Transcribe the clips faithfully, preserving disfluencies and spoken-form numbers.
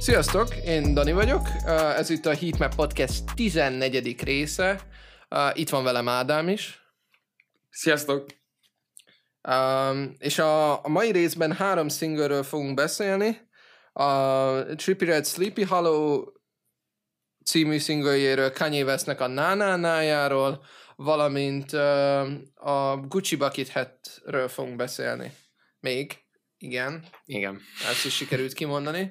Sziasztok, én Dani vagyok, ez itt a Heatmap Podcast tizennegyedik része, itt van velem Ádám is. Sziasztok! Um, és a, a mai részben három singleről fogunk beszélni. A Trippie Redd Sleepy Hollow című singljéről, Kanye Westnek a Na Na Na-járól, valamint uh, a Gucci Bucket Hatről fogunk beszélni. Még, igen. Igen. Ezt is sikerült kimondani.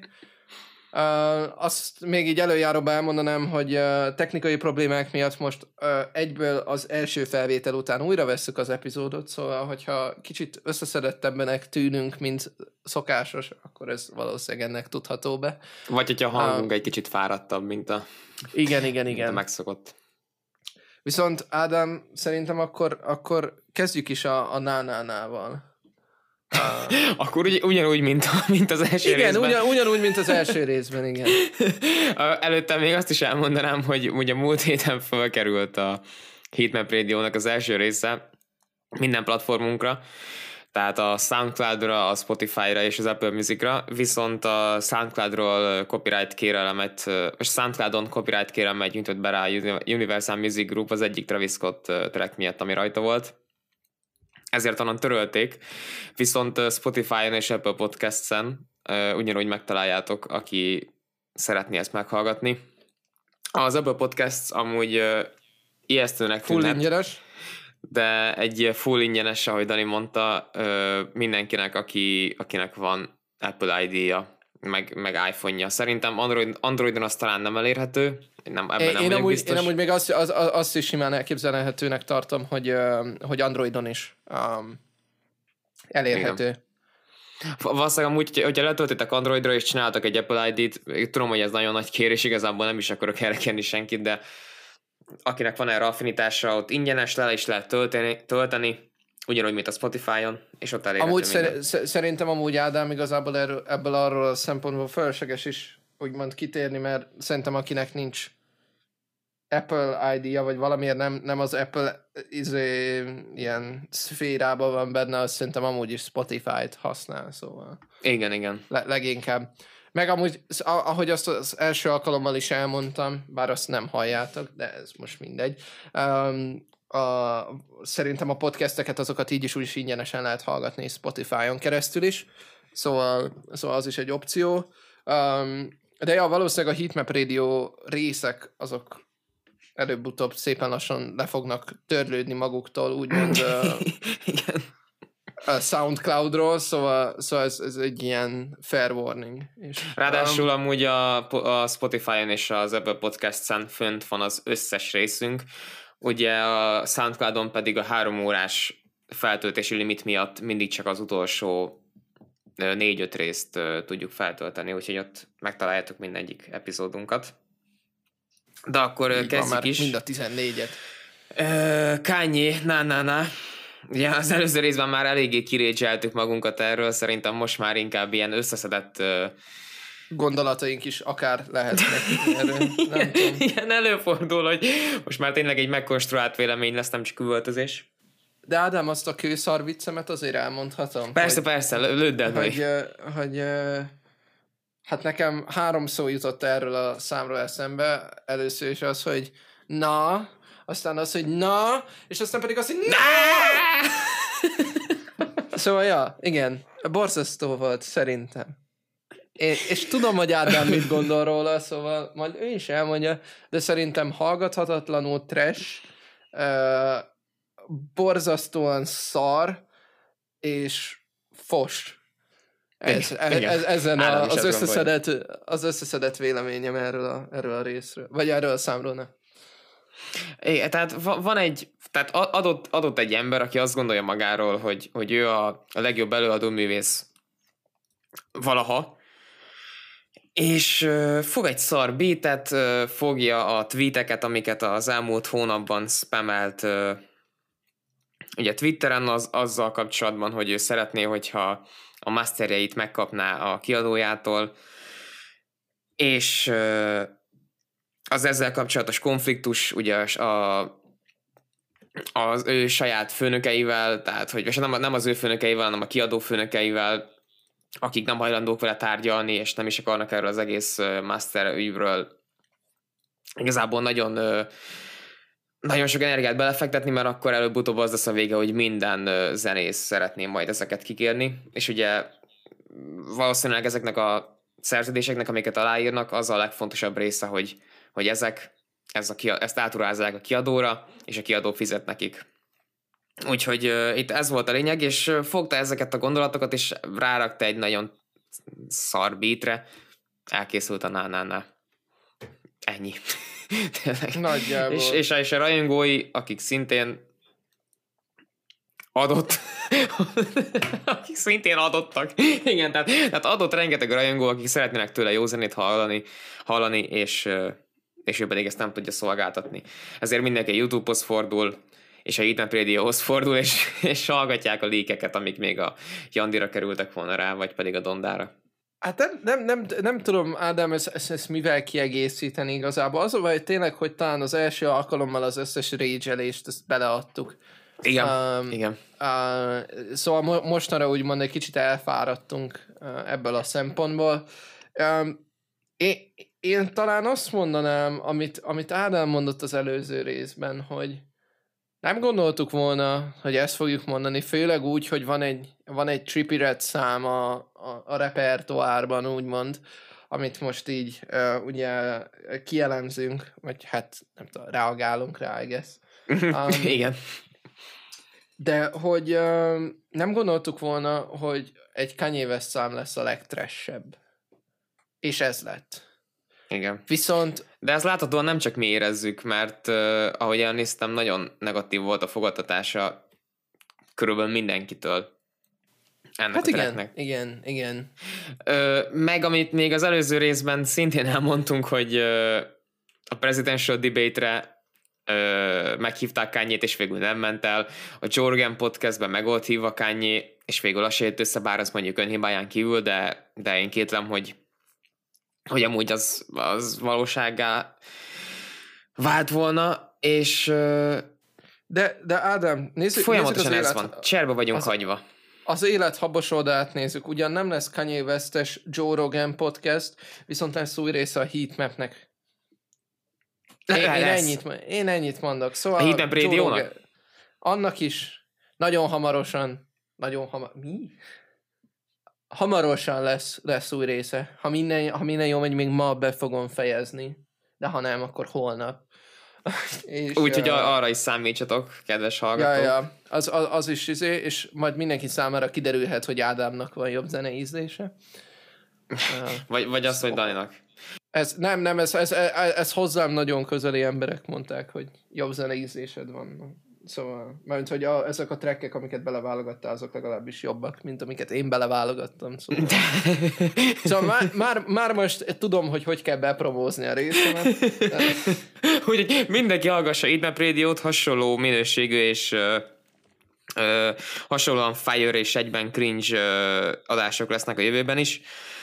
Uh, azt még így előjáróba elmondanám, hogy uh, technikai problémák miatt most uh, egyből az első felvétel után újra vesszük az epizódot, szóval hogyha kicsit összeszedettebbnek tűnünk, mint szokásos, akkor ez valószínűleg ennek tudható be. Vagy hogyha a hangunk uh, egy kicsit fáradtabb, mint a, igen, igen, mint igen. a megszokott. Viszont Ádám, szerintem akkor, akkor kezdjük is a, a Na Na Na-val. Uh, Akkor ugy, ugyanúgy, mint, mint az első igen, részben. Igen, ugyan, ugyanúgy, mint az első részben, igen. Előtte még azt is elmondanám, hogy ugye múlt héten felkerült a Heatmap Radio-nak az első része minden platformunkra, tehát a SoundCloud-ra, a Spotify-ra és az Apple Music-ra, viszont a SoundCloud-ról copyright kérelmet, és SoundCloud-on copyright kérelmet nyújtott be rá a Universal Music Group az egyik Travis Scott track miatt, ami rajta volt. Ezért onnan törölték, viszont Spotify-on és Apple Podcasts-en uh, ugyanúgy megtaláljátok, aki szeretné ezt meghallgatni. Az Apple Podcasts amúgy uh, ijesztőnek full tűnhet, ingyenes, de egy full ingyenes, ahogy Dani mondta, uh, mindenkinek, aki, akinek van Apple I D-ja, meg, meg iPhone-ja. Szerintem Android, Androidon az talán nem elérhető, nem, ebben én, nem én, vagyok amúgy, biztos. én amúgy még azt, az, azt is simán elképzelhetőnek tartom, hogy, hogy Androidon is um, elérhető. Igen. Valószínűleg amúgy, hogyha letöltitek Androidra és csináltak egy Apple I D-t, tudom, hogy ez nagyon nagy kérés, igazából nem is akarok erre kérni senkit, de akinek van erre affinitása, ott ingyenes le is lehet tölteni, tölteni ugyanúgy, mint a Spotify-on, és ott elérhető amúgy minden. szer- szerintem amúgy Ádám igazából erről, ebből arról a szempontból fölösleges is úgymond kitérni, mert szerintem akinek nincs Apple I D-ja, vagy valamiért nem, nem az Apple izé, ilyen szférában van benne, azt szerintem amúgy is Spotify-t használ, szóval. Igen, igen. Le- leginkább. Meg amúgy, ahogy azt az első alkalommal is elmondtam, bár azt nem halljátok, de ez most mindegy. Um, a, szerintem a podcasteket azokat így is úgy is ingyenesen lehet hallgatni Spotify-on keresztül is, szóval, szóval az is egy opció. Um, de ja, valószínűleg a Heatmap Radio részek azok előbb-utóbb szépen lassan le fognak törlődni maguktól, úgymond uh, a SoundCloud-ról, szóval, szóval ez, ez egy ilyen fair warning. És, Ráadásul um, amúgy a, a Spotify-on és az Apple Podcast-en fönt van az összes részünk, ugye a SoundCloud-on pedig a három órás feltöltési limit miatt mindig csak az utolsó négy-öt részt tudjuk feltölteni, úgyhogy ott megtaláljátok mindegyik epizódunkat. De akkor így kezdjük már is. Mind a tizennégyet. Uh, Kanye, na na na. Ugye az előző részben már eléggé kirédzseltük magunkat erről, szerintem most már inkább ilyen összeszedett uh... gondolataink is akár lehetnek erről. Nem tudom. Igen, előfordul, hogy most már tényleg egy megkonstruált vélemény lesz, nem csak üvöltözés. De Ádám, azt a kőszar viccemet azért elmondhatom. Persze, hogy, persze, lődd el, hogy, hogy, hogy hát nekem három szó jutott erről a számról eszembe. Először is az, hogy na, aztán az, hogy na, és aztán pedig az, hogy na! Szóval, ja, igen, borzasztó volt szerintem. Én, és tudom, hogy Ádám mit gondol róla, szóval majd ő is elmondja, de szerintem hallgathatatlanul trash, uh, borzasztóan szar, és fos. Ez, ez, ez, ezen a, az, összeszedett, az összeszedett véleményem erről a, erről a részről. Vagy erről a számról, ne. É, tehát van egy, tehát adott, adott egy ember, aki azt gondolja magáról, hogy, hogy ő a, a legjobb előadó művész valaha, és uh, fog egy szar beatet, uh, fogja a tweeteket, amiket az elmúlt hónapban spamelt uh, ugye Twitteren az, azzal kapcsolatban, hogy ő szeretné, hogyha a masterjeit megkapná a kiadójától, és uh, az ezzel kapcsolatos konfliktus ugye a, az ő saját főnökeivel, tehát hogy nem, nem az ő főnökeivel, hanem a kiadó főnökeivel akik nem hajlandók vele tárgyalni, és nem is akarnak erről az egész master ügyről igazából nagyon, nagyon sok energiát belefektetni, mert akkor előbb-utóbb az lesz a vége, hogy minden zenész szeretné majd ezeket kikérni, és ugye valószínűleg ezeknek a szerződéseknek, amiket aláírnak, az a legfontosabb része, hogy, hogy ezek, ez a kia, ezt áturázzák a kiadóra, és a kiadó fizet nekik. Úgyhogy uh, itt ez volt a lényeg, és uh, fogta ezeket a gondolatokat, és rárakta egy nagyon szar beatre, elkészült a na-na-na. Ennyi. Nagyjából. És, és, és a rajongói, akik szintén adott, akik szintén adottak. Igen, tehát, tehát adott rengeteg rajongó, akik szeretnének tőle jó zenét hallani, hallani és, és ő pedig ezt nem tudja szolgáltatni. Ezért mindenki YouTube-hoz fordul, és a Heatmap Radio-hoz fordul, és, és hallgatják a líkeket, amik még a Jandira kerültek volna rá, vagy pedig a Dondára. Hát nem, nem, nem, nem tudom, Ádám, ezt, ezt, ezt mivel kiegészíteni igazából. Az a baj, tényleg, hogy talán az első alkalommal az összes rage-elést ezt beleadtuk. Igen, um, igen. Uh, szóval mo- mostanra úgymond egy kicsit elfáradtunk uh, ebből a szempontból. Um, én, én talán azt mondanám, amit, amit Ádám mondott az előző részben, hogy nem gondoltuk volna, hogy ezt fogjuk mondani, főleg úgy, hogy van egy, van egy Trippie Redd szám a, a, a repertoárban, úgymond, amit most így uh, ugye kielemzünk, vagy hát nem tudom, reagálunk rá, I guess. Um, Igen. De hogy uh, nem gondoltuk volna, hogy egy Kanye West szám lesz a legtrashebb. És ez lett. Igen. Viszont... De ezt láthatóan nem csak mi érezzük, mert uh, ahogy elnéztem, nagyon negatív volt a fogadtatása körülbelül mindenkitől. Ennek hát a igen, tracknek. igen, igen. Ö, meg amit még az előző részben szintén elmondtunk, hogy ö, a Presidential Debate-re ö, meghívták Kanye-t, és végül nem ment el. A Joe Rogan podcastben meg volt hívva Kanye, és végül az se jött össze, bár az mondjuk önhibáján kívül, de, de én kétlem, hogy, hogy amúgy az, az valósággá vált volna, és ö, de, de Ádám, nézzük, folyamatosan nézzük az ez élet, van. Cserbe vagyunk az, hagyva. Az élet habos oldalát nézzük. Ugyan nem lesz Kanye West-es Joe Rogan podcast, viszont lesz új része a Heatmapnek. Én, én, ennyit, én ennyit mondok. Szóval a Heatmap Radio-nak? Annak is nagyon hamarosan, nagyon hamar... Mi? Hamarosan lesz, lesz új része. Ha minden, ha minden jó megy, még ma be fogom fejezni. De ha nem, akkor holnap. Úgyhogy uh, arra is számítsatok, kedves hallgatók. Ja, ja. Az, az, az is izé, és majd mindenki számára kiderülhet, hogy Ádámnak van jobb zene ízlése. Uh, vagy, vagy az, hogy Daninak. Ez, nem, nem, ez, ez, ez, ez hozzám nagyon közeli emberek mondták, hogy jobb zene ízlésed van. Szóval, mert hogy a, ezek a trackek, amiket beleválogattál, azok legalábbis jobbak, mint amiket én beleválogattam. Szóval, szóval már, már, már most tudom, hogy hogy kell bepromózni a részemet. Úgyhogy mindenki hallgassa Heatmap Radio-t, hasonló minőségű és ö, ö, hasonlóan fire és egyben cringe ö, adások lesznek a jövőben is.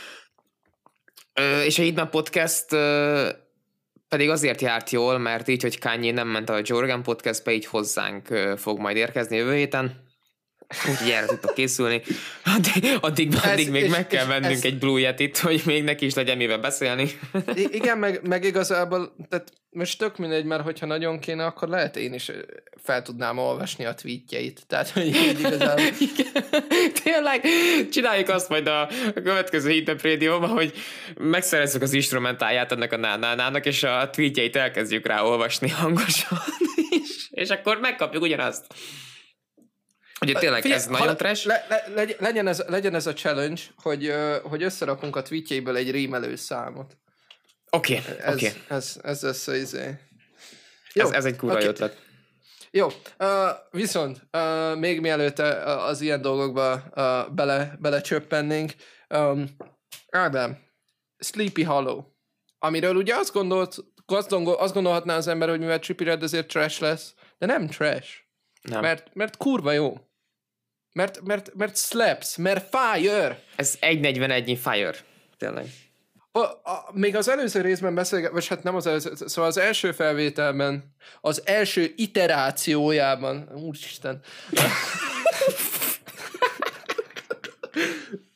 Ö, és a Heatmap Podcast ö, pedig azért járt jól, mert így, hogy Kanye nem ment a Joe Rogan podcastbe, így hozzánk ö, fog majd érkezni jövő héten. Úgyhogy erre tudtok készülni. Addig, addig, addig még és, meg kell vennünk ez... egy Blue Yeti-t, hogy még neki is legyen mivel beszélni. I- igen, meg, meg igazából, tehát most tök mindegy, mert hogyha nagyon kéne, akkor lehet én is fel tudnám olvasni a tweetjeit. Tehát, hogy így igazából... Tényleg, csináljuk azt majd a következő Heatmap Radio-ban, hogy megszerezzük az instrumentáját ennek a nánánának, és a tweetjeit elkezdjük rá olvasni hangosan. és, és akkor megkapjuk ugyanazt. Ugye tényleg Figyelj, ez nagyon trash. Le, le, legyen, ez, legyen ez a challenge, hogy, hogy összerakunk a tweetjeiből egy rímelő számot. Oké, okay, oké. Okay. Ez, ez, ez, ez, ez, ez, ez egy kurva okay. ötlet. Jó, uh, viszont uh, még mielőtt uh, az ilyen dolgokba uh, bele, belecsöppennénk, um, Ádám, Sleepy Hollow, amiről ugye azt, gondolt, azt, gondol, azt gondolhatná az ember, hogy mivel Trippie Redd ezért trash lesz, de nem trash. Nem. Mert, mert kurva jó. Mert, mert, mert slaps, mert fire. Ez egy negyvenegy fire. Tényleg. A, a, még az előző részben beszélget, vagy hát nem az előző, szóval az első felvételben, az első iterációjában, úristen, kurva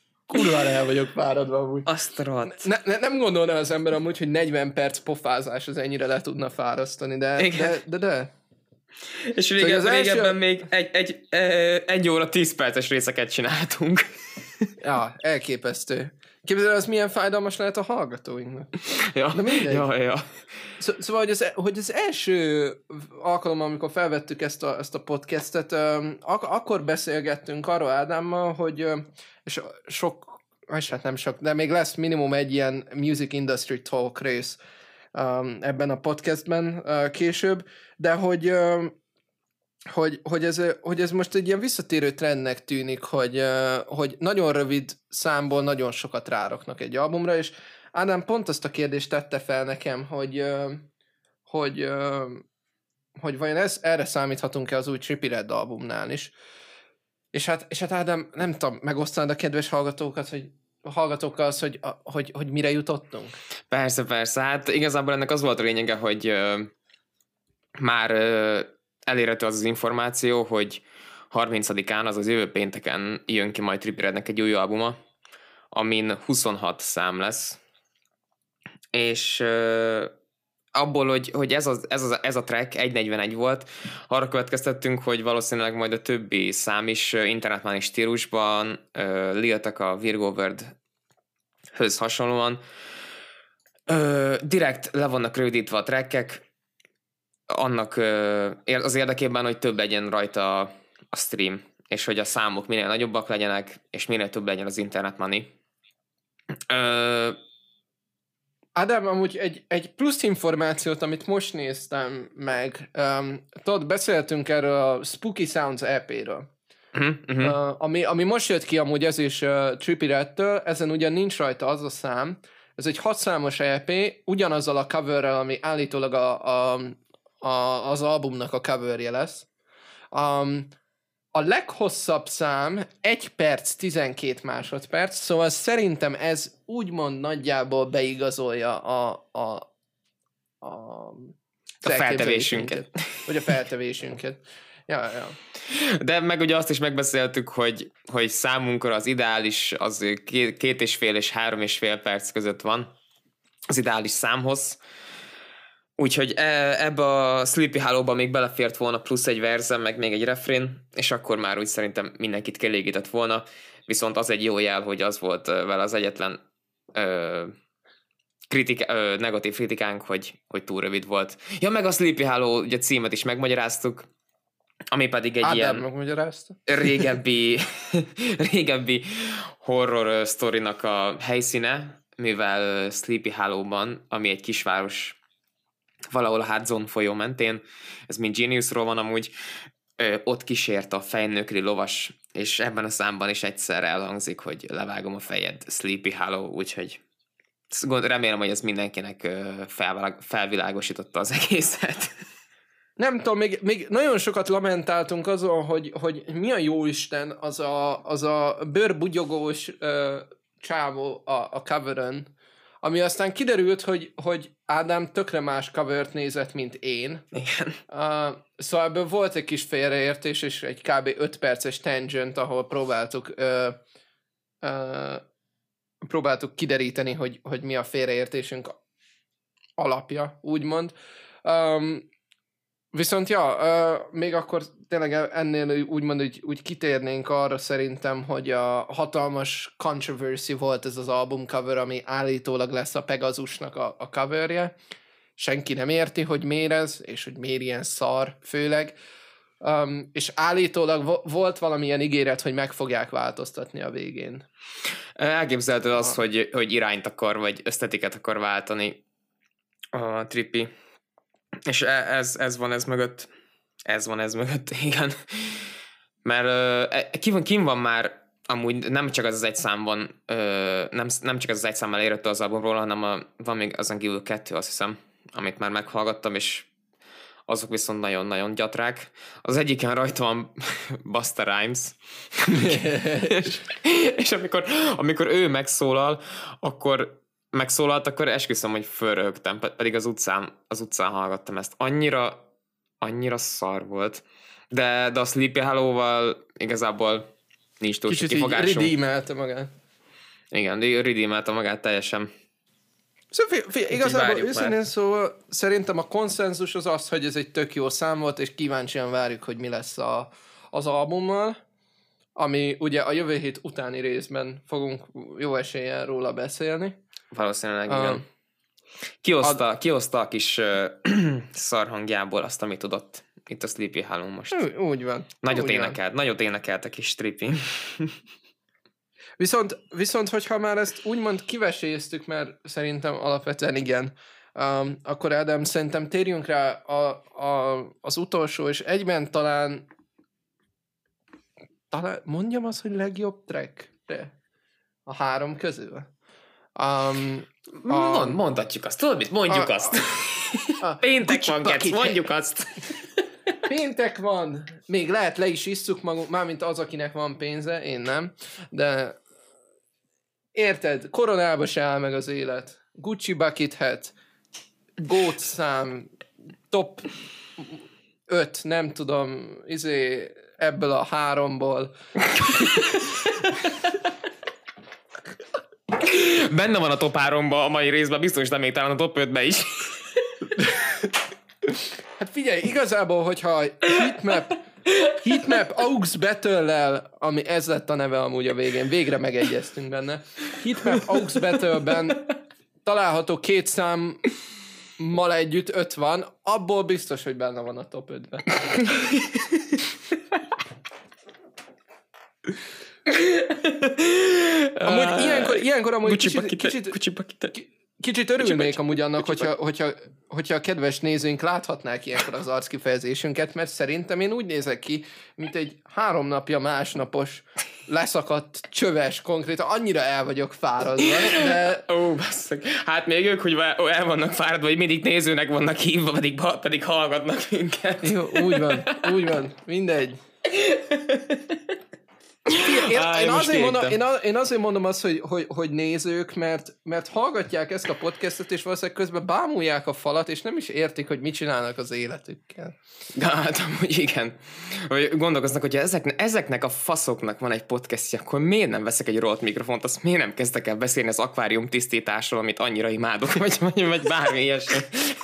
kurvára el vagyok fáradva amúgy. Azt rohadt. Ne, ne, nem gondolná az ember amúgy, hogy negyven perc pofázás az ennyire le tudna fárasztani, de de, de, de. És régen, szóval régebben első... még egy, egy, egy, egy óra tíz perces részeket csináltunk. Ja, elképesztő. Képzeld, az milyen fájdalmas lehet a hallgatóinknak. Ja, ja, ja. Szó, szóval, hogy az, hogy az első alkalommal, amikor felvettük ezt a, ezt a podcastet, ak- akkor beszélgettünk arról Ádámmal, hogy és sok, és hát nem sok, de még lesz minimum egy ilyen music industry talk rész um, ebben a podcastben uh, később, de hogy um, Hogy, hogy, ez, hogy ez most egy ilyen visszatérő trendnek tűnik, hogy, hogy nagyon rövid számból nagyon sokat ráraknak egy albumra, és Ádám pont azt a kérdést tette fel nekem, hogy, hogy, hogy vajon ez, erre számíthatunk-e az új Trippie Redd albumnál is. És hát, és hát Ádám, nem tudom, megosztanád a kedves hallgatókat, hogy a hallgatókkal az, hogy, hogy, hogy mire jutottunk? Persze, persze. Hát igazából ennek az volt a lényege, hogy uh, már uh, elérhető az az információ, hogy harmincadikán, azaz jövő pénteken jön ki majd Trippie Reddnek egy új albuma, amin huszonhat szám lesz. És uh, abból, hogy, hogy ez, az, ez, az, ez a track egy negyvenegy volt, arra következtettünk, hogy valószínűleg majd a többi szám is uh, internetmáni stílusban, uh, Lil Tecca Virgo World-höz hasonlóan, uh, direkt le vannak rövidítve a trackek, annak az érdekében, hogy több legyen rajta a stream, és hogy a számok minél nagyobbak legyenek, és minél több legyen az internet money. Ö... Ádám, amúgy egy, egy plusz információt, amit most néztem meg, um, tudod, beszéltünk erről a Spooky Sounds é pé-ről, uh-huh, uh-huh. Uh, ami, ami most jött ki amúgy ez is uh, Trippie Reddtől, ezen ugyan nincs rajta az a szám, ez egy hat számos é pé, ugyanazzal a coverrel, ami állítólag a, a A, az albumnak a coverje lesz. Um, a leghosszabb szám egy perc, tizenkét másodperc, szóval szerintem ez úgymond nagyjából beigazolja a a, a, a feltevésünket. Vagy a feltevésünket. Ja, ja. De meg ugye azt is megbeszéltük, hogy, hogy számunkra az ideális az két, két és fél és három és fél perc között van az ideális számhoz. Úgyhogy ebbe a Sleepy Hollow-ba még belefért volna plusz egy verze, meg még egy refrén, és akkor már úgy szerintem mindenkit kielégített volna, viszont az egy jó jel, hogy az volt vele az egyetlen ö, kritika, ö, negatív kritikánk, hogy, hogy túl rövid volt. Ja, meg a Sleepy Hollow ugye címet is megmagyaráztuk, ami pedig egy Ádám ilyen megmagyarázta. régebbi, régebbi horror sztorinak a helyszíne, mivel Sleepy Hollow-ban, ami egy kisváros valahol a Hudson folyó mentén, ez mind Geniusról van amúgy, ö, ott kísért a fejnökli lovas, és ebben a számban is egyszer elhangzik, hogy levágom a fejed, Sleepy Hollow, úgyhogy remélem, hogy ez mindenkinek felvilág, felvilágosította az egészet. Nem tudom, még, még nagyon sokat lamentáltunk azon, hogy, hogy mi a jóisten az a, az a bőrbugyogós ö, csávó a, a coveren, ami aztán kiderült, hogy, hogy Ádám tökre más covert nézett, mint én. Igen. Uh, szóval ebből volt egy kis félreértés, és egy kb. öt perces tangent, ahol próbáltuk uh, uh, próbáltuk kideríteni, hogy, hogy mi a félreértésünk alapja, úgymond. Um, viszont ja, uh, még akkor tényleg ennél úgymond úgy, úgy kitérnénk arra szerintem, hogy a hatalmas controversy volt ez az album cover, ami állítólag lesz a Pegasusnak a, a coverje. Senki nem érti, hogy miért ez, és hogy miért ilyen szar főleg. Um, és állítólag vo- volt valamilyen ígéret, hogy meg fogják változtatni a végén. Elképzelhető az, hogy, hogy irányt akar, vagy esztetikát akar váltani a Trippie. És ez, ez van ez mögött. Ez van ez mögött, igen. Mert ki van, kim van már, amúgy nem csak az az egy szám van, nem, nem csak az az egy szám elérhető az albumról, hanem a, van még azon kívül kettő, azt hiszem, amit már meghallgattam, és azok viszont nagyon-nagyon gyatrák. Az egyiken rajta van Busta Rhymes. és, és amikor, amikor ő megszólal, akkor megszólalt, akkor esküszöm, hogy fölröhögtem, pedig az utcán, az utcán hallgattam ezt. Annyira, annyira szar volt. De, de a Sleepy Hollow-val igazából nincs túl sok kifogásunk. Kicsit így redeemelte magát. Igen, redeemelte magát teljesen. Szóval fi, fi, igazából őszintén szóval szerintem a konszenzus az az, hogy ez egy tök jó szám volt, és kíváncsian várjuk, hogy mi lesz a, az albummal, ami ugye a jövő hét utáni részben fogunk jó eséllyel róla beszélni. Valószínűleg igen. Um, kihozta, ad... kihozta a kis uh, szarhangjából azt, amit tudott itt a Sleepy Hollow most. Ú, úgy van. Nagyot úgy énekelt, van. nagyot énekelt a kis Strippy. Viszont, viszont, hogyha már ezt úgymond kiveséztük, mert szerintem alapvetően igen, um, akkor Ádám, szerintem térjünk rá a, a, az utolsó, és egyben talán, talán mondjam azt, hogy legjobb trackre a három közül. Um, a, Mond, mondhatjuk azt, tudod mit? Mondjuk a, azt. A, a, Péntek van, Gec, mondjuk azt. Péntek van, még lehet le is isszuk magunk, mármint az, akinek van pénze, én nem, de érted, koronába se áll meg az élet. Gucci Bucket Hat, Goat szám, top öt, nem tudom, izé, ebből a háromból. Benne van a top háromba a mai részben, biztos nem még talán a top ötbe is. Hát figyelj, igazából, hogyha Heatmap, Heatmap Aux Battle-lel, ami ez lett a neve amúgy a végén, végre megegyeztünk benne. Heatmap Aux Battle-ben található két számmal együtt öt van, abból biztos, hogy benne van a top ötben. Amúgy ilyenkor, ilyenkor amúgy kicsit, kicsit, kicsit, kicsit örülnék amúgy annak, hogyha, hogyha, hogyha a kedves nézőink láthatnák ilyenkor az arckifejezésünket, mert szerintem én úgy nézek ki, mint egy három napja másnapos leszakadt csöves konkrétan, annyira el vagyok fáradva, de... Ó, basszak. Hát még ők, hogy el vannak fáradva, hogy mindig nézőnek vannak hívva, pedig, pedig hallgatnak minket. Jó, úgy van, úgy van, mindegy. Én, Á, én, azért mondom, én, én azért mondom azt, hogy, hogy, hogy nézők, mert, mert hallgatják ezt a podcastot, és valószínűleg közben bámulják a falat, és nem is értik, hogy mit csinálnak az életükkel. Hát amúgy igen. Gondolkoznak, hogy ezek, ezeknek a faszoknak van egy podcastja, akkor miért nem veszek egy rohadt mikrofont, azt miért nem kezdek el beszélni az akvárium tisztításról, amit annyira imádok, vagy, vagy, vagy bármi ilyesmi.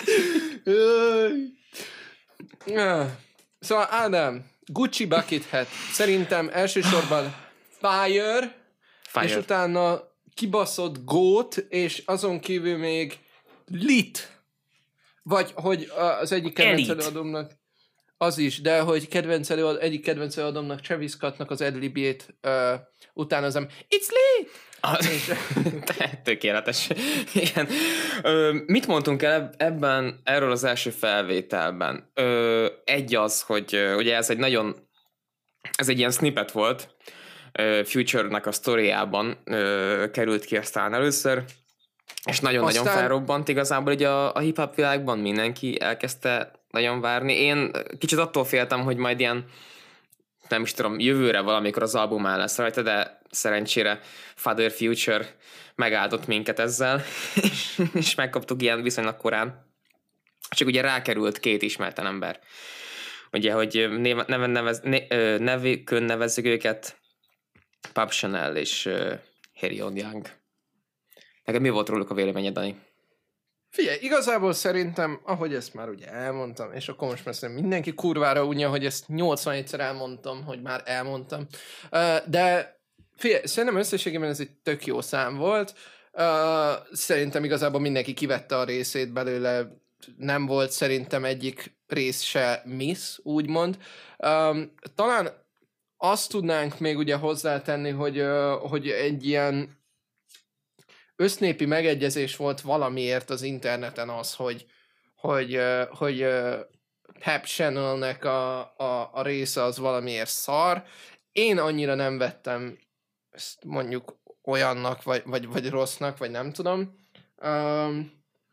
Szóval Ádám, Gucci Bucket Hat. Szerintem elsősorban Fire, Fire, és utána kibaszott Goat, és azon kívül még Lit. Vagy, hogy az egyik kedvenc előadómnak az is, de hogy kedvenc előad, egyik kedvenc előadómnak, Travis Scottnak az adlibjét uh, utánozom. It's Lit! Tökéletes. Igen. Ö, mit mondtunk el ebben, erről az első felvételben? Ö, egy az, hogy ö, ugye ez egy nagyon, ez egy ilyen snippet volt, ö, Future-nek a sztoriában ö, került ki aztán először, és nagyon-nagyon aztán... felrobbant igazából ugye a, a hip-hop világban, mindenki elkezdte nagyon várni. Én kicsit attól féltem, hogy majd ilyen, nem is tudom, jövőre valamikor az album áll lesz rajta, de szerencsére Father Future megáldott minket ezzel, és megkaptuk ilyen viszonylag korán. Csak ugye rákerült két ismerten ember. Ugye, hogy neven nevez, ne, nevükön nevezzük őket, Pop Chanel és uh, Harry Young. Neked mi volt róluk a véleményed, Dani? Figyelj, igazából szerintem, ahogy ezt már ugye elmondtam, és akkor most már szerintem mindenki kurvára unja, hogy ezt nyolcvanegyszer elmondtam, hogy már elmondtam. De figyelj, szerintem összességében ez egy tök jó szám volt. Szerintem igazából mindenki kivette a részét belőle, nem volt szerintem egyik rész se miss, úgymond. Talán azt tudnánk még ugye hozzátenni, hogy, hogy egy ilyen össznépi megegyezés volt valamiért az interneten az, hogy, hogy, hogy Pep Channelnek a, a, a része az valamiért szar. Én annyira nem vettem ezt mondjuk olyannak, vagy, vagy, vagy rossznak, vagy nem tudom. Um,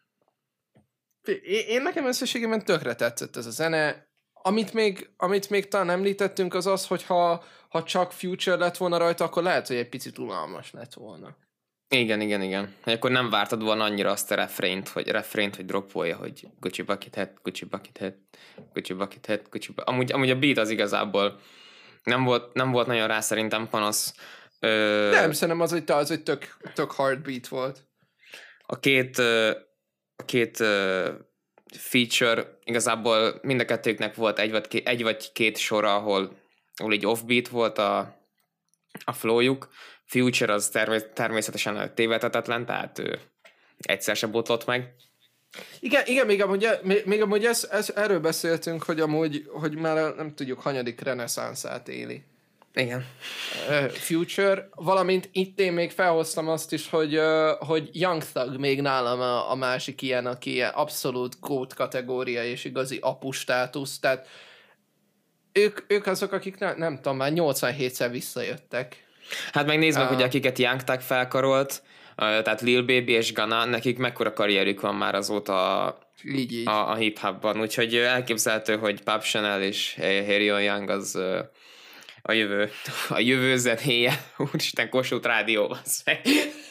én, én nekem összességében tökre tetszett ez a zene. Amit még, amit még talán említettünk, az az, hogy ha, ha csak Future lett volna rajta, akkor lehet, hogy egy picit unalmas lett volna. Igen, igen, igen. Akkor nem vártad volna annyira azt a refrént, hogy, refrént, hogy droppolja, hogy Gucci Bucket Hat, Gucci Bucket Hat, Gucci Bucket Hat, Gucci Bucket Hat. Amúgy, amúgy a beat az igazából nem volt, nem volt nagyon rá szerintem panasz. Ö, Nem, szerintem az egy, az egy tök, tök heartbeat volt. A két, a két feature, igazából mind a kettőknek volt egy vagy két, egy vagy két sora, ahol, ahol így offbeat volt a, a flowjuk. Future az termé- természetesen tévedhetetlen, tehát ő egyszer se botlott meg. Igen, igen, még amúgy, még, még amúgy ez, ez, erről beszéltünk, hogy amúgy, hogy már nem tudjuk, hanyadik reneszánszát éli. Igen. Uh, Future, valamint itt én még felhoztam azt is, hogy, uh, hogy Young Thug még nálam a, a másik ilyen, aki abszolút GOAT kategória és igazi apu státusz, tehát ők, ők azok, akik ne, nem tudom, már nyolcvanhétszer visszajöttek. Hát megnézd meg, uh, hogy akiket Young Thug felkarolt, tehát Lil Baby és Gunna, nekik mekkora karrierük van már azóta a, így, így. a, a hip-hopban, úgyhogy elképzelhető, hogy Pop Chanel és Harry Young az a jövő, a jövő zenéje. Úristen, Kossuth Rádió, az meg.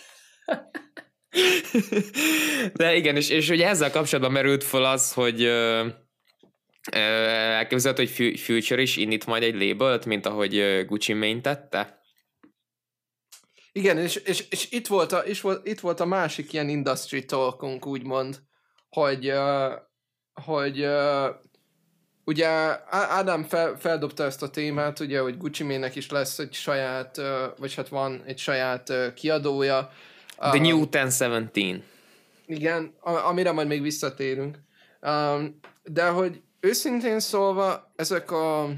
De igen, és, és ugye ezzel kapcsolatban merült fel az, hogy ö, ö, elképzelhető, hogy Future is indít majd egy labelt, mint ahogy Gucci Mane tette. Igen, és, és, és itt, volt a, és volt, itt volt a másik ilyen industry talkunk, úgymond, hogy, uh, hogy uh, ugye Ádám fel, feldobta ezt a témát, ugye, hogy Gucci Mane-nek is lesz egy saját, uh, vagy hát van egy saját uh, kiadója. The uh, New ten seventeen. Igen, amire majd még visszatérünk. Um, de hogy őszintén szólva, ezek a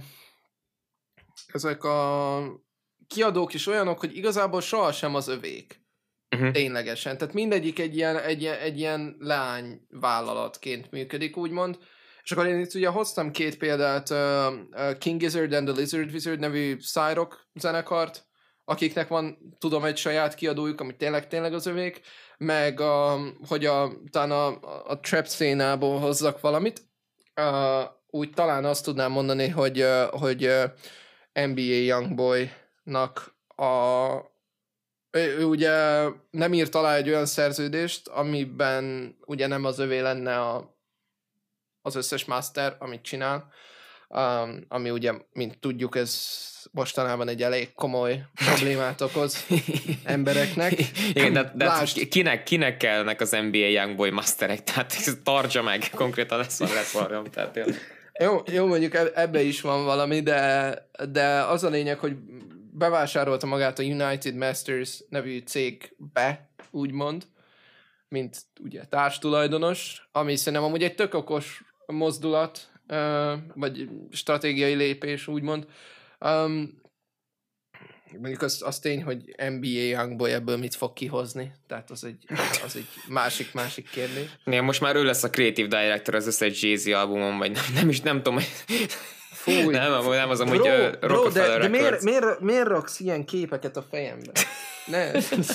ezek a kiadók is olyanok, hogy igazából sohasem az övék. Uh-huh. Ténylegesen. Tehát mindegyik egy ilyen, egy, egy ilyen lányvállalatként működik, úgymond. És akkor én itt ugye hoztam két példát, uh, King Gizzard and the Lizard Wizard nevű Cyrock zenekart, akiknek van, tudom, egy saját kiadójuk, ami tényleg, tényleg az övék, meg a, hogy a, talán a, a trap szénából hozzak valamit. Uh, úgy talán azt tudnám mondani, hogy, uh, hogy uh, en bé á Youngboy-nak a... Ő, ő ugye nem írt alá egy olyan szerződést, amiben ugye nem az övé lenne a, az összes master, amit csinál, um, ami ugye, mint tudjuk, ez mostanában egy elég komoly problémát okoz embereknek. Igen, de, de Lásd... kinek, kinek kellnek az en bé á Youngboy masterek? Tehát tartsa meg, konkrétan lesz van lesz valami. Tehát jó, jó, mondjuk ebbe is van valami, de, de az a lényeg, hogy bevásárolta magát a United Masters nevű cégbe, úgymond, mint ugye társtulajdonos, ami szerintem amúgy egy tök okos mozdulat, vagy stratégiai lépés, úgymond. Um, mondjuk az, az tény, hogy en bé á Youngboy ebből mit fog kihozni, tehát az egy, az egy másik-másik kérdés. Ja, most már ő lesz a creative director az összes Jay-Z albumon, vagy nem, nem is, nem tudom, Fúj. Nem, nem az amúgy bro, uh, bro, de, de miért, miért, miért raksz ilyen képeket a fejembe? Ne.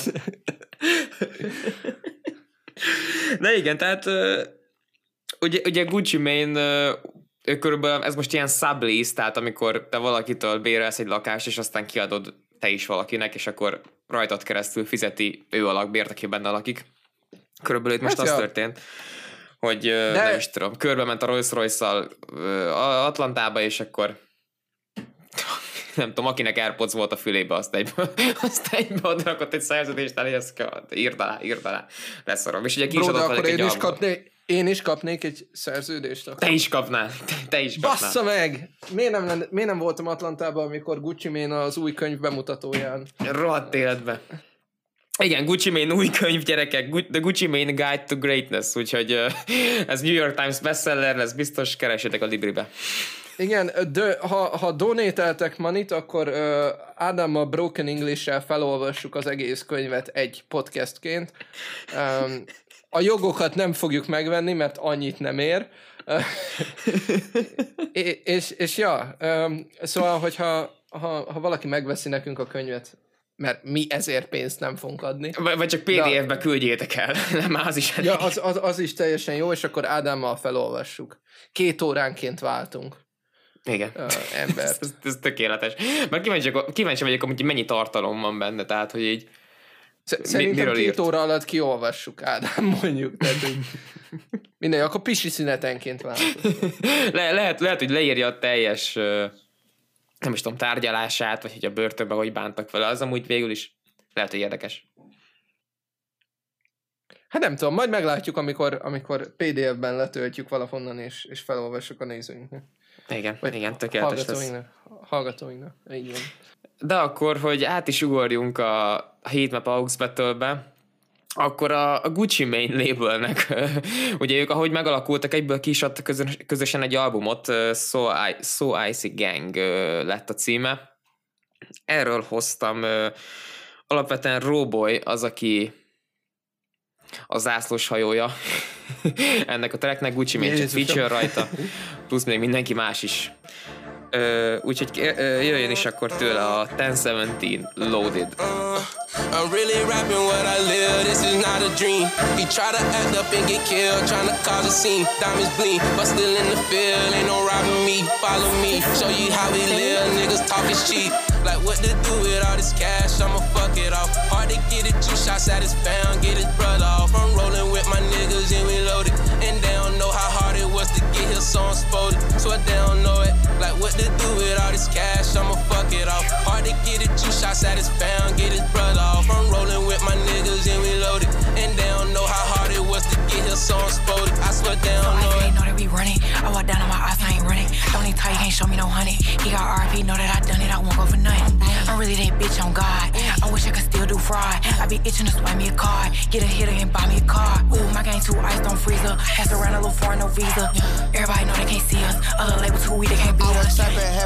De igen, tehát uh, ugye, ugye Gucci Mane, uh, ő körülbelül, ez most ilyen sublease, tehát amikor te valakitől bérelsz egy lakást, és aztán kiadod te is valakinek, és akkor rajtad keresztül fizeti ő a lakbért, aki benne lakik. Körülbelül itt most hát az ja. történt, hogy de... nem is tudom, körbe ment a Rolls-Royce-szal Atlantába, és akkor nem tudom, akinek AirPods volt a fülébe, azt egybe, azt egybe odrakott egy szerződést elé, ezt írd alá, írd alá, leszorom. És ugye ki is adott velük egy is kapnék, én is kapnék egy szerződést. Akkor. Te is kapnál, te, te is kapnál. Bassza meg! Miért nem, lenne, miért nem voltam Atlantában, amikor Gucci Mane az új könyv bemutatóján? Rohadt életbe. Igen, Gucci Mane új könyv, gyerekek, The Gucci Mane Guide to Greatness, úgyhogy uh, ez New York Times bestseller lesz, biztos keresétek a Libribe. Igen, de ha, ha donételtek manit, akkor uh, Ádámmal Broken English-sel felolvassuk az egész könyvet egy podcastként. Um, a jogokat nem fogjuk megvenni, mert annyit nem ér. Uh, és, és, és ja, um, szóval, hogyha ha, ha valaki megveszi nekünk a könyvet, mert mi ezért pénzt nem fogunk adni. Vagy csak pé dé ef-be küldjétek el. Nem, az is ja, az, az, az is teljesen jó, és akkor Ádámmal felolvassuk. Két óránként váltunk. Igen. Uh, ember. ez, ez, ez tökéletes. Mert kíváncsi, kíváncsi vagyok, hogy mennyi tartalom van benne, tehát, hogy így Szerintem két írt? óra alatt kiolvassuk, Ádám, mondjuk. Tehát, hogy mindegy, akkor pisi szünetenként váltunk. Le, lehet, lehet, hogy leírja a teljes nem is tudom, tárgyalását, vagy hogy a börtönben hogy bántak vele, az amúgy végül is lehet, hogy érdekes. Hát nem tudom, majd meglátjuk, amikor, amikor pé dé ef-ben letöltjük valahonnan, és, és felolvassuk a nézőinknek. Igen, Vagy igen, tökéletes hallgatóinknak, hallgatóinknak, így van. De akkor, hogy át is ugorjunk a, a Heatmap Aux Battle-be, akkor a, a Gucci Mane labelnek, ugye ők ahogy megalakultak, egyből ki is adtak közös, közösen egy albumot, So, I, so Icy Gang lett a címe. Erről hoztam alapvetően Roboy az, aki a zászlós hajója ennek a tracknek, Gucci Mane csak feature rajta, plusz még mindenki más is. Uh, úgyhogy uh, jöjjön is akkor tőle a ten seventeen Loaded. Uh, I'm really rapping what I live, this is not a dream. He try to act up and get killed, trying to cause a scene. Diamonds bleed, but still in the field, ain't no robbing me. Follow me, show you how we live, niggas talking cheap. Like what to do with all this cash, I'ma fuck it off. Hard to get it, two shots at his found, get his brother off. I'm rolling with my niggas and we loaded. And they don't know how hard it was to get his song spotted. So they don't know it, like what to do with all this cash, I'ma fuck it off. Hard to get it, two shots at his found, get his brother off. I'm rolling with my niggas and we loaded. And they don't know how hard it was to get his song spotted. I swear they don't know it. They know that we running. I walk down on my eyes, I ain't running. Don't need tight, can't show me no honey. He got R I P, know that I done it, I won't go for nothing. I'm really that bitch on God. I wish I could still do fraud. I be itching to swipe me a card. Get a hitter and buy me a car. Ooh, my game too ice, don't freeze up. Pass around a little foreign, no visa. Everybody know they can't see us. Other labels too weak, they can't beat us.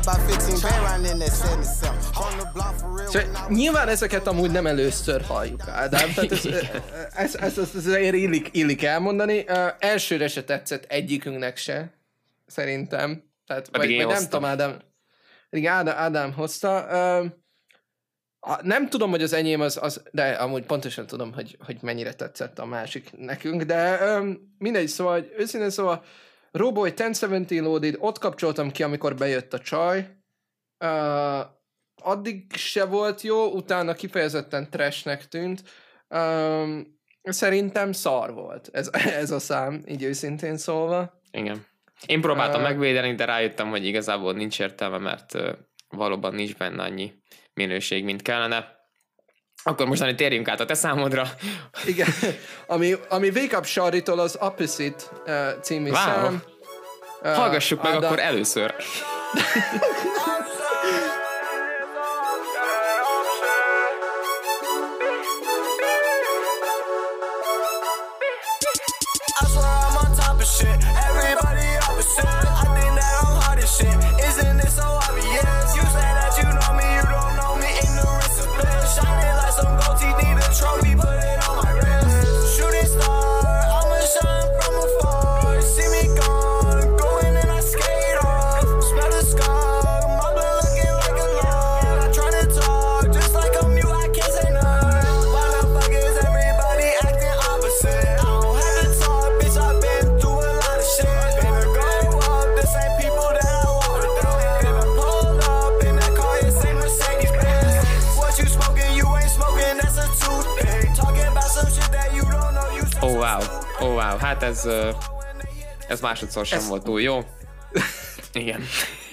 Szóval nyilván ezeket amúgy nem először halljuk, Ádám, tehát ez, ez, ez, ez, ez illik, illik elmondani. Uh, elsőre se tetszett egyikünknek se, szerintem. Tehát, vagy, vagy nem tudom, Ádám, Ádám, Ádám hozta. Uh, nem tudom, hogy az enyém az, az, de amúgy pontosan tudom, hogy, hogy mennyire tetszett a másik nekünk, de um, mindegy, szóval, hogy őszintén szóval Roboy ten seventeen Loaded, ott kapcsoltam ki, amikor bejött a csaj. Uh, addig se volt jó, utána kifejezetten trashnek tűnt. Um, szerintem szar volt ez, ez a szám, így őszintén szólva. Igen. Én próbáltam uh, megvédeni, de rájöttem, hogy igazából nincs értelme, mert uh, valóban nincs benne annyi minőség, mint kellene. Akkor most térjünk át a te számodra. Igen, ami, ami Wake Up Shorty-tól az Opposite uh, című wow. szám. Uh, Hallgassuk meg Adam... akkor először. Hát ez, ez másodszor sem ez... volt túl jó. Igen.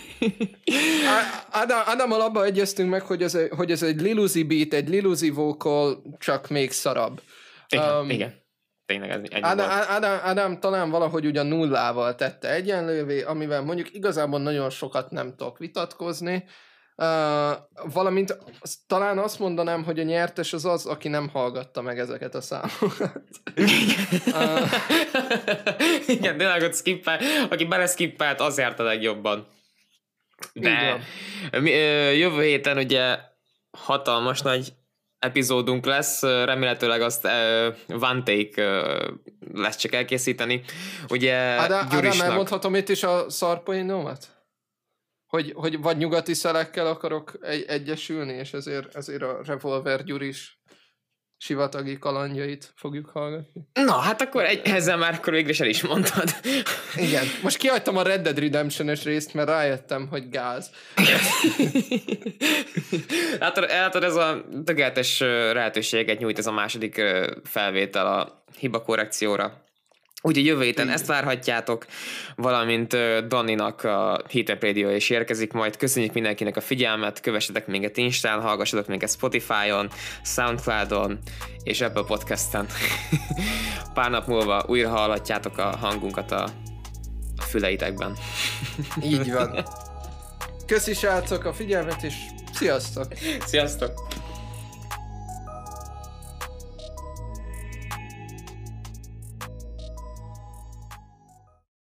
Ádám, Ádámmal abban egyeztünk meg, hogy ez, hogy ez egy Lil Uzi beat, egy Lil Uzi vocal, csak még szarabb. Igen, um, igen. Tényleg ez ennyi Ádám, volt. Ádám, Ádám talán valahogy ugyan nullával tette egyenlővé, amivel mondjuk igazából nagyon sokat nem tudok vitatkozni. Uh, valamint talán azt mondanám, hogy a nyertes az az, aki nem hallgatta meg ezeket a számokat. uh, Igen, tényleg ott skippel, aki beleszkippelt, az járt a legjobban. De jövő héten ugye hatalmas nagy epizódunk lesz, remélhetőleg azt uh, one take uh, lesz csak elkészíteni. Ugye Ádám, Ádám, elmondhatom itt is a szarpoénomat? Hogy, hogy vagy nyugati szelekkel akarok egy, egyesülni, és ezért, ezért a Revolver Gyuris sivatagi kalandjait fogjuk hallgatni. Na, hát akkor egy, ezzel már akkor végre is el is mondtad. Igen. Most kihagytam a Red Dead Redemption-es részt, mert rájöttem, hogy gáz. Látod, látod, ez a tökéletes lehetőséget nyújt ez a második felvétel a hiba korrekcióra. Úgyhogy jövő héten ezt várhatjátok, valamint uh, Daninak a Heat Radio is érkezik majd. Köszönjük mindenkinek a figyelmet, kövessetek minket Instán, hallgassatok minket Spotify-on, Soundcloud-on és Apple Podcast-en. Pár nap múlva újra hallhatjátok a hangunkat a, a füleitekben. Így van. Köszi srácok a figyelmet, és sziasztok! Sziasztok!